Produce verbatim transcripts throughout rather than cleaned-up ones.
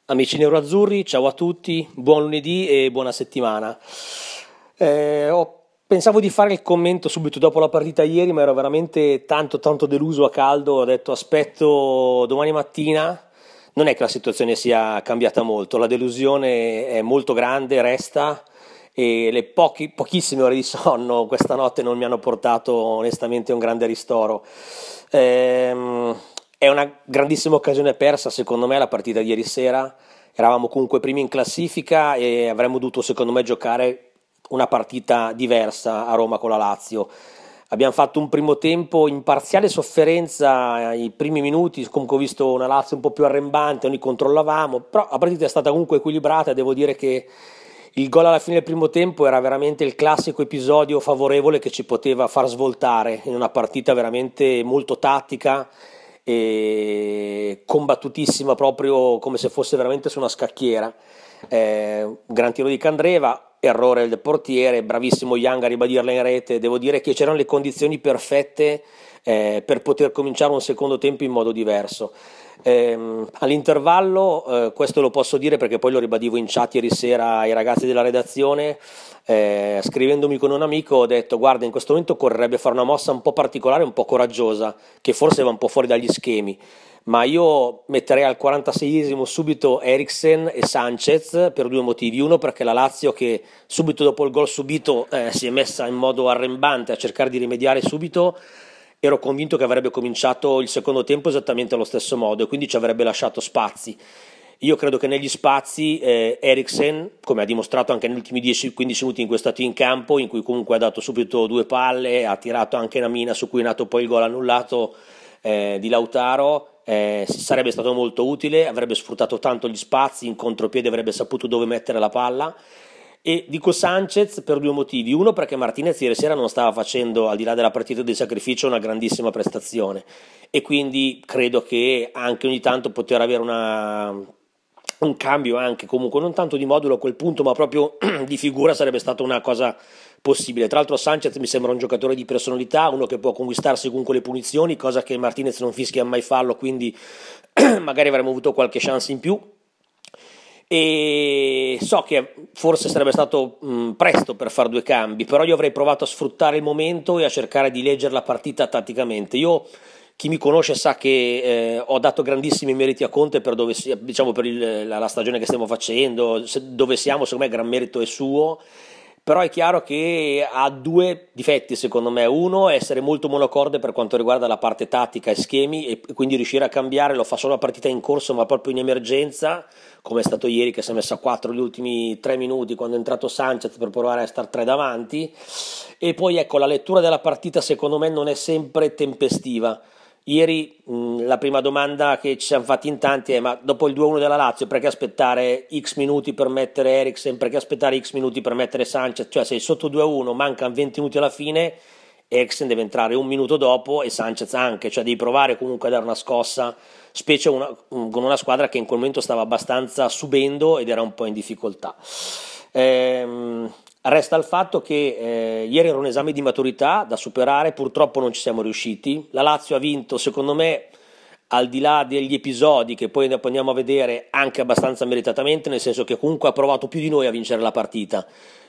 Amici nerazzurri, ciao a tutti, buon lunedì e buona settimana. Eh, ho- pensavo di fare il commento subito dopo la partita ieri, ma ero veramente tanto tanto deluso a caldo. Ho detto aspetto domani mattina. Non è che la situazione sia cambiata molto, la delusione è molto grande, resta, e le pochi- pochissime ore di sonno questa notte non mi hanno portato onestamente a un grande ristoro. Ehm, è una grandissima occasione persa, secondo me, la partita di ieri sera. Eravamo comunque primi in classifica e avremmo dovuto, secondo me, giocare una partita diversa a Roma con la Lazio. Abbiamo fatto un primo tempo in parziale sofferenza, i primi minuti, comunque ho visto una Lazio un po' più arrembante, noi controllavamo, però la partita è stata comunque equilibrata. Devo dire che il gol alla fine del primo tempo era veramente il classico episodio favorevole che ci poteva far svoltare in una partita veramente molto tattica e combattutissima, proprio come se fosse veramente su una scacchiera. Eh, gran tiro di Candreva, errore del portiere, bravissimo Young a ribadirla in rete. Devo dire che c'erano le condizioni perfette eh, per poter cominciare un secondo tempo in modo diverso. Ehm, all'intervallo, eh, questo lo posso dire perché poi lo ribadivo in chat ieri sera ai ragazzi della redazione, eh, scrivendomi con un amico ho detto guarda, in questo momento occorrerebbe fare una mossa un po' particolare, un po' coraggiosa, che forse va un po' fuori dagli schemi, ma io metterei al quarantaseiesimo subito Eriksen e Sanchez per due motivi. Uno, perché la Lazio, che subito dopo il gol subito eh, si è messa in modo arrembante a cercare di rimediare subito, ero convinto che avrebbe cominciato il secondo tempo esattamente allo stesso modo e quindi ci avrebbe lasciato spazi. Io credo che negli spazi eh, Eriksen, come ha dimostrato anche negli ultimi dieci quindici minuti in cui è stato in campo, in cui comunque ha dato subito due palle, ha tirato anche una mina su cui è nato poi il gol annullato eh, di Lautaro, eh, sarebbe stato molto utile, avrebbe sfruttato tanto gli spazi, in contropiede avrebbe saputo dove mettere la palla. E dico Sanchez per due motivi: uno, perché Martinez ieri sera non stava facendo, al di là della partita di sacrificio, una grandissima prestazione, e quindi credo che anche ogni tanto poter avere una, un cambio, anche comunque non tanto di modulo a quel punto ma proprio di figura, sarebbe stata una cosa possibile. Tra l'altro Sanchez mi sembra un giocatore di personalità, uno che può conquistarsi comunque le punizioni, cosa che Martinez non fischia mai farlo, quindi magari avremmo avuto qualche chance in più. E so che forse sarebbe stato mh, presto per fare due cambi, però io avrei provato a sfruttare il momento e a cercare di leggere la partita tatticamente. Io, chi mi conosce sa che eh, ho dato grandissimi meriti a Conte per, dove si, diciamo, per il, la, la stagione che stiamo facendo, se, dove siamo, secondo me gran merito è suo. Però è chiaro che ha due difetti, secondo me. Uno è essere molto monocorde per quanto riguarda la parte tattica e schemi, e quindi riuscire a cambiare. Lo fa solo a partita in corso, ma proprio in emergenza, come è stato ieri, che si è messo a quattro gli ultimi tre minuti quando è entrato Sanchez per provare a stare tre davanti. E poi ecco, la lettura della partita secondo me non è sempre tempestiva. Ieri mh, la prima domanda che ci siamo fatti in tanti è: ma dopo il due a uno della Lazio perché aspettare X minuti per mettere Eriksen, perché aspettare X minuti per mettere Sanchez? Cioè, sei sotto due a uno, mancano venti minuti alla fine, Eriksen deve entrare un minuto dopo e Sanchez anche, cioè devi provare comunque a dare una scossa, specie una, con una squadra che in quel momento stava abbastanza subendo ed era un po' in difficoltà. Ehm, Resta il fatto che eh, ieri era un esame di maturità da superare, purtroppo non ci siamo riusciti. La Lazio ha vinto, secondo me, al di là degli episodi che poi ne andiamo a vedere, anche abbastanza meritatamente, nel senso che comunque ha provato più di noi a vincere la partita.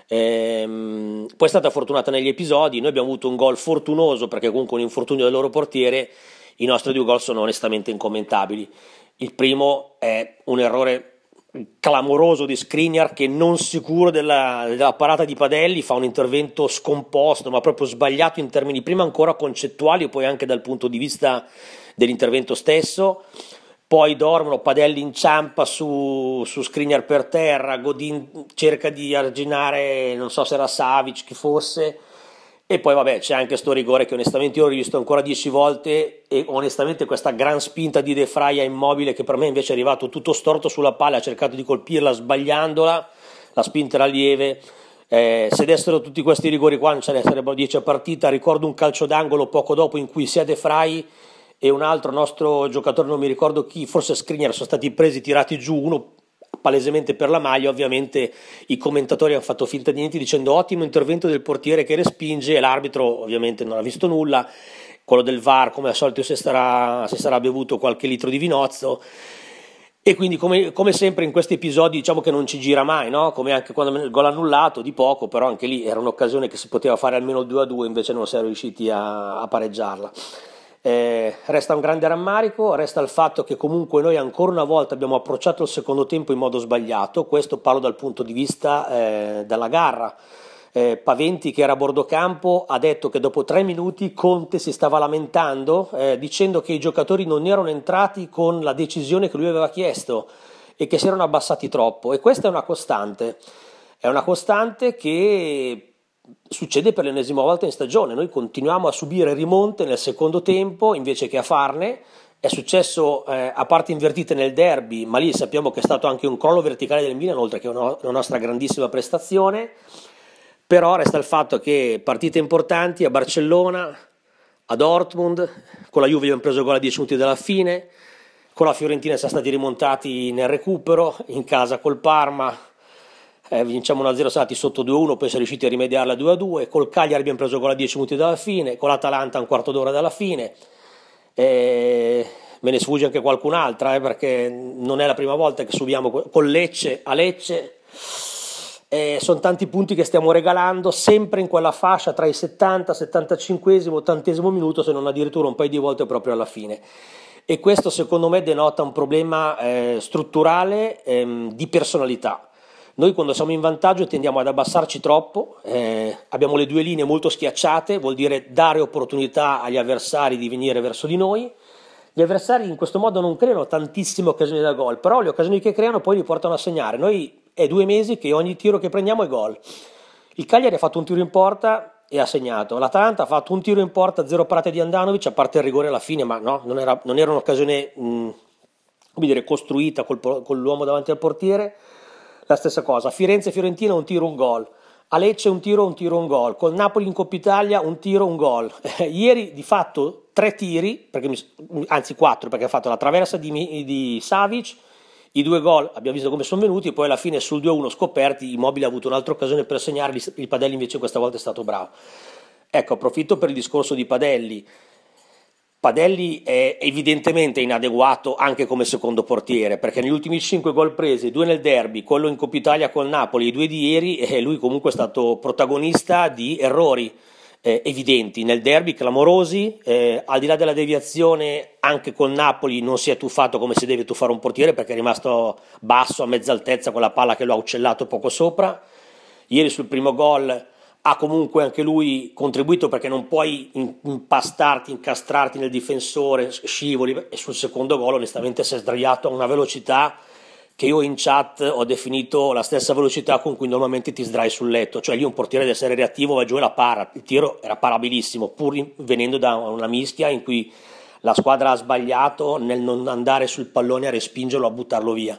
Ehm, poi è stata fortunata negli episodi, noi abbiamo avuto un gol fortunoso perché comunque un infortunio del loro portiere, i nostri due gol sono onestamente incommentabili. Il primo è un errore clamoroso di Skriniar, che non sicuro della, della parata di Padelli fa un intervento scomposto, ma proprio sbagliato in termini prima ancora concettuali e poi anche dal punto di vista dell'intervento stesso. Poi dormono, Padelli inciampa su, su Skriniar per terra, Godin cerca di arginare, non so se era Savic chi fosse, e poi vabbè c'è anche sto rigore che onestamente io ho rivisto ancora dieci volte, e onestamente questa gran spinta di De Vrij a Immobile, che per me invece è arrivato tutto storto sulla palla, ha cercato di colpirla sbagliandola, la spinta era lieve. Eh, se dessero tutti questi rigori qua non ce ne sarebbero dieci a partita. Ricordo un calcio d'angolo poco dopo in cui sia De Vrij e un altro nostro giocatore, non mi ricordo chi, forse Skriniar, sono stati presi, tirati giù, uno palesemente per la maglia. Ovviamente i commentatori hanno fatto finta di niente dicendo ottimo intervento del portiere che respinge, e l'arbitro ovviamente non ha visto nulla. Quello del V A R come al solito si sarà, si sarà bevuto qualche litro di vinozzo. E quindi come, come sempre in questi episodi diciamo che non ci gira mai, no? Come anche quando il gol annullato di poco, però anche lì era un'occasione che si poteva fare almeno il due a due, invece non si è riusciti a, a pareggiarla. Eh, resta un grande rammarico, resta il fatto che comunque noi ancora una volta abbiamo approcciato il secondo tempo in modo sbagliato, questo parlo dal punto di vista eh, della gara. Eh, Paventi, che era a bordo campo, ha detto che dopo tre minuti Conte si stava lamentando eh, dicendo che i giocatori non erano entrati con la decisione che lui aveva chiesto e che si erano abbassati troppo, e questa è una costante, è una costante che succede per l'ennesima volta in stagione. Noi continuiamo a subire rimonte nel secondo tempo invece che a farne. È successo eh, a parti invertite nel derby, ma lì sappiamo che è stato anche un crollo verticale del Milan, oltre che una, una nostra grandissima prestazione. Però resta il fatto che partite importanti a Barcellona, a Dortmund, con la Juve abbiamo preso il gol a dieci minuti dalla fine, con la Fiorentina siamo stati rimontati nel recupero, in casa col Parma eh, vinciamo uno a zero, siamo stati sotto due a uno, poi siamo riusciti a rimediarla a due a due, col Cagliari abbiamo preso il gol a dieci minuti dalla fine, con l'Atalanta un quarto d'ora dalla fine, e me ne sfugge anche qualcun'altra eh, perché non è la prima volta che subiamo con Lecce a Lecce. Eh, sono tanti punti che stiamo regalando sempre in quella fascia tra i settanta, settantacinquesimo, ottantesimo minuto, se non addirittura un paio di volte proprio alla fine, e questo secondo me denota un problema eh, strutturale ehm, di personalità. Noi quando siamo in vantaggio tendiamo ad abbassarci troppo, eh, abbiamo le due linee molto schiacciate, vuol dire dare opportunità agli avversari di venire verso di noi. Gli avversari in questo modo non creano tantissime occasioni da gol, però le occasioni che creano poi li portano a segnare. Noi è due mesi che ogni tiro che prendiamo è gol. Il Cagliari ha fatto un tiro in porta e ha segnato. L'Atalanta ha fatto un tiro in porta, zero parate di Andanovic, a parte il rigore alla fine, ma no, non era, non era un'occasione mh, come dire, costruita col, con l'uomo davanti al portiere. La stessa cosa. Firenze Fiorentina un tiro, un gol. A Lecce un tiro, un tiro, un gol. Col Napoli in Coppa Italia un tiro, un gol. Ieri di fatto tre tiri, perché mi, anzi quattro, perché ha fatto la traversa di, di Savic, i due gol abbiamo visto come sono venuti, poi alla fine sul due a uno scoperti, Immobile ha avuto un'altra occasione per segnarli, il Padelli invece questa volta è stato bravo. Ecco, approfitto per il discorso di Padelli. Padelli è evidentemente inadeguato anche come secondo portiere, perché negli ultimi cinque gol presi, due nel derby, quello in Coppa Italia col Napoli, i due di ieri, eh, lui comunque è stato protagonista di errori eh, evidenti, nel derby clamorosi, eh, al di là della deviazione anche col Napoli non si è tuffato come si deve tuffare un portiere, perché è rimasto basso a mezza altezza con la palla che lo ha uccellato poco sopra. Ieri sul primo gol ha comunque anche lui contribuito, perché non puoi impastarti, incastrarti nel difensore, scivoli, e sul secondo gol onestamente si è sdraiato a una velocità che io in chat ho definito la stessa velocità con cui normalmente ti sdrai sul letto, cioè lì un portiere deve essere reattivo, va giù e la para. Il tiro era parabilissimo, pur venendo da una mischia in cui la squadra ha sbagliato nel non andare sul pallone a respingerlo, a buttarlo via.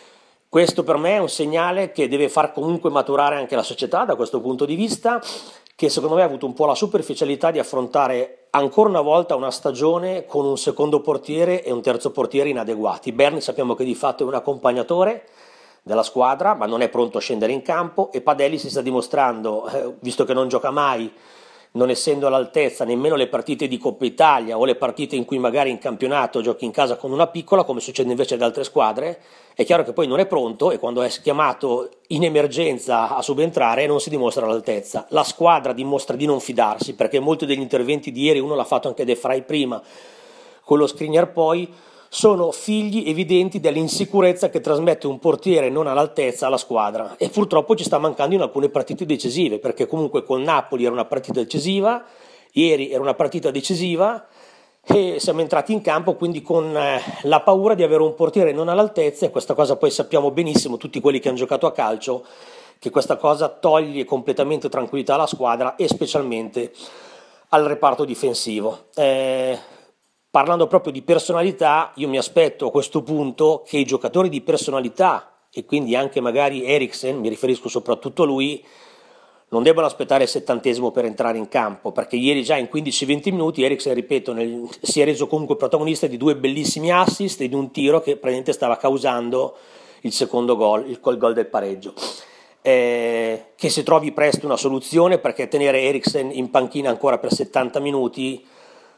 Questo per me è un segnale che deve far comunque maturare anche la società da questo punto di vista, che secondo me ha avuto un po' la superficialità di affrontare ancora una volta una stagione con un secondo portiere e un terzo portiere inadeguati. Berni sappiamo che di fatto è un accompagnatore della squadra, ma non è pronto a scendere in campo, e Padelli si sta dimostrando, eh, visto che non gioca mai, non essendo all'altezza nemmeno le partite di Coppa Italia o le partite in cui magari in campionato giochi in casa con una piccola, come succede invece ad altre squadre, è chiaro che poi non è pronto, e quando è chiamato in emergenza a subentrare non si dimostra all'altezza. La squadra dimostra di non fidarsi, perché molti degli interventi di ieri, uno l'ha fatto anche De Frey prima, con lo Skriniar poi, sono figli evidenti dell'insicurezza che trasmette un portiere non all'altezza alla squadra, e purtroppo ci sta mancando in alcune partite decisive, perché comunque con Napoli era una partita decisiva, ieri era una partita decisiva, e siamo entrati in campo quindi con eh, la paura di avere un portiere non all'altezza, e questa cosa poi sappiamo benissimo tutti quelli che hanno giocato a calcio, che questa cosa toglie completamente tranquillità alla squadra e specialmente al reparto difensivo. Eh, Parlando proprio di personalità, io mi aspetto a questo punto che i giocatori di personalità, e quindi anche magari Eriksen, mi riferisco soprattutto a lui, non debbano aspettare il settantesimo per entrare in campo, perché ieri già in quindici venti minuti Eriksen, ripeto, nel, si è reso comunque protagonista di due bellissimi assist e di un tiro che praticamente stava causando il secondo gol, il gol del pareggio. Eh, che si trovi presto una soluzione, perché tenere Eriksen in panchina ancora per settanta minuti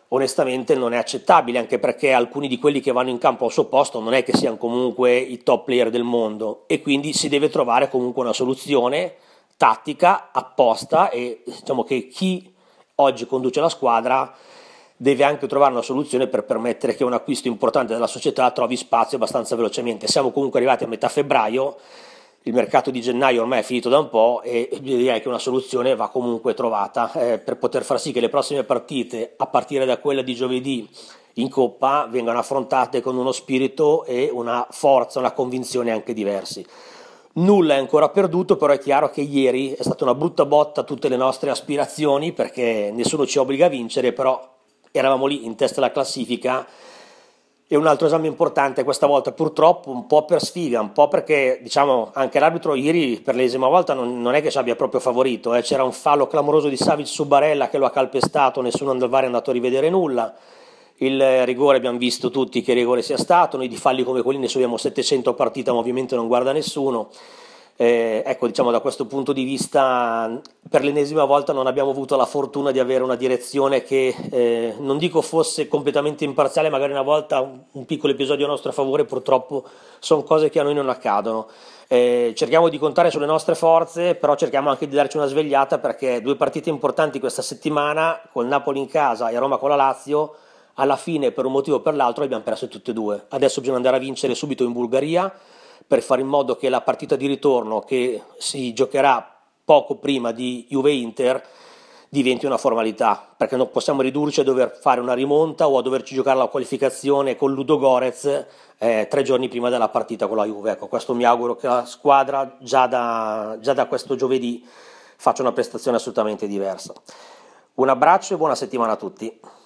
onestamente non è accettabile, anche perché alcuni di quelli che vanno in campo al suo posto non è che siano comunque i top player del mondo, e quindi si deve trovare comunque una soluzione tattica apposta, e diciamo che chi oggi conduce la squadra deve anche trovare una soluzione per permettere che un acquisto importante della società trovi spazio abbastanza velocemente. Siamo comunque arrivati a metà febbraio, il mercato di gennaio ormai è finito da un po', e direi che una soluzione va comunque trovata eh, per poter far sì che le prossime partite, a partire da quella di giovedì in Coppa, vengano affrontate con uno spirito e una forza, una convinzione anche diversi. Nulla è ancora perduto, però è chiaro che ieri è stata una brutta botta a tutte le nostre aspirazioni, perché nessuno ci obbliga a vincere, però eravamo lì in testa alla classifica. E un altro esame importante questa volta, purtroppo un po' per sfiga, un po' perché diciamo anche l'arbitro ieri per l'ennesima volta non, non è che ci abbia proprio favorito, eh. C'era un fallo clamoroso di Savic su Barella che lo ha calpestato, nessuno al V A R è andato a rivedere nulla. Il rigore abbiamo visto tutti che rigore sia stato, noi di falli come quelli ne subiamo settecento a partita, ma ovviamente non guarda nessuno. Eh, ecco, diciamo da questo punto di vista per l'ennesima volta non abbiamo avuto la fortuna di avere una direzione che eh, non dico fosse completamente imparziale, magari una volta un, un piccolo episodio a nostro favore, purtroppo sono cose che a noi non accadono. Eh, cerchiamo di contare sulle nostre forze, però cerchiamo anche di darci una svegliata, perché due partite importanti questa settimana, col Napoli in casa e Roma con la Lazio, alla fine per un motivo o per l'altro abbiamo perso tutte e due. Adesso bisogna andare a vincere subito in Bulgaria, per fare in modo che la partita di ritorno, che si giocherà poco prima di Juve-Inter, diventi una formalità, perché non possiamo ridurci a dover fare una rimonta o a doverci giocare la qualificazione con Ludogorets eh, tre giorni prima della partita con la Juve. Ecco, questo mi auguro che la squadra già da, già da questo giovedì faccia una prestazione assolutamente diversa. Un abbraccio e buona settimana a tutti.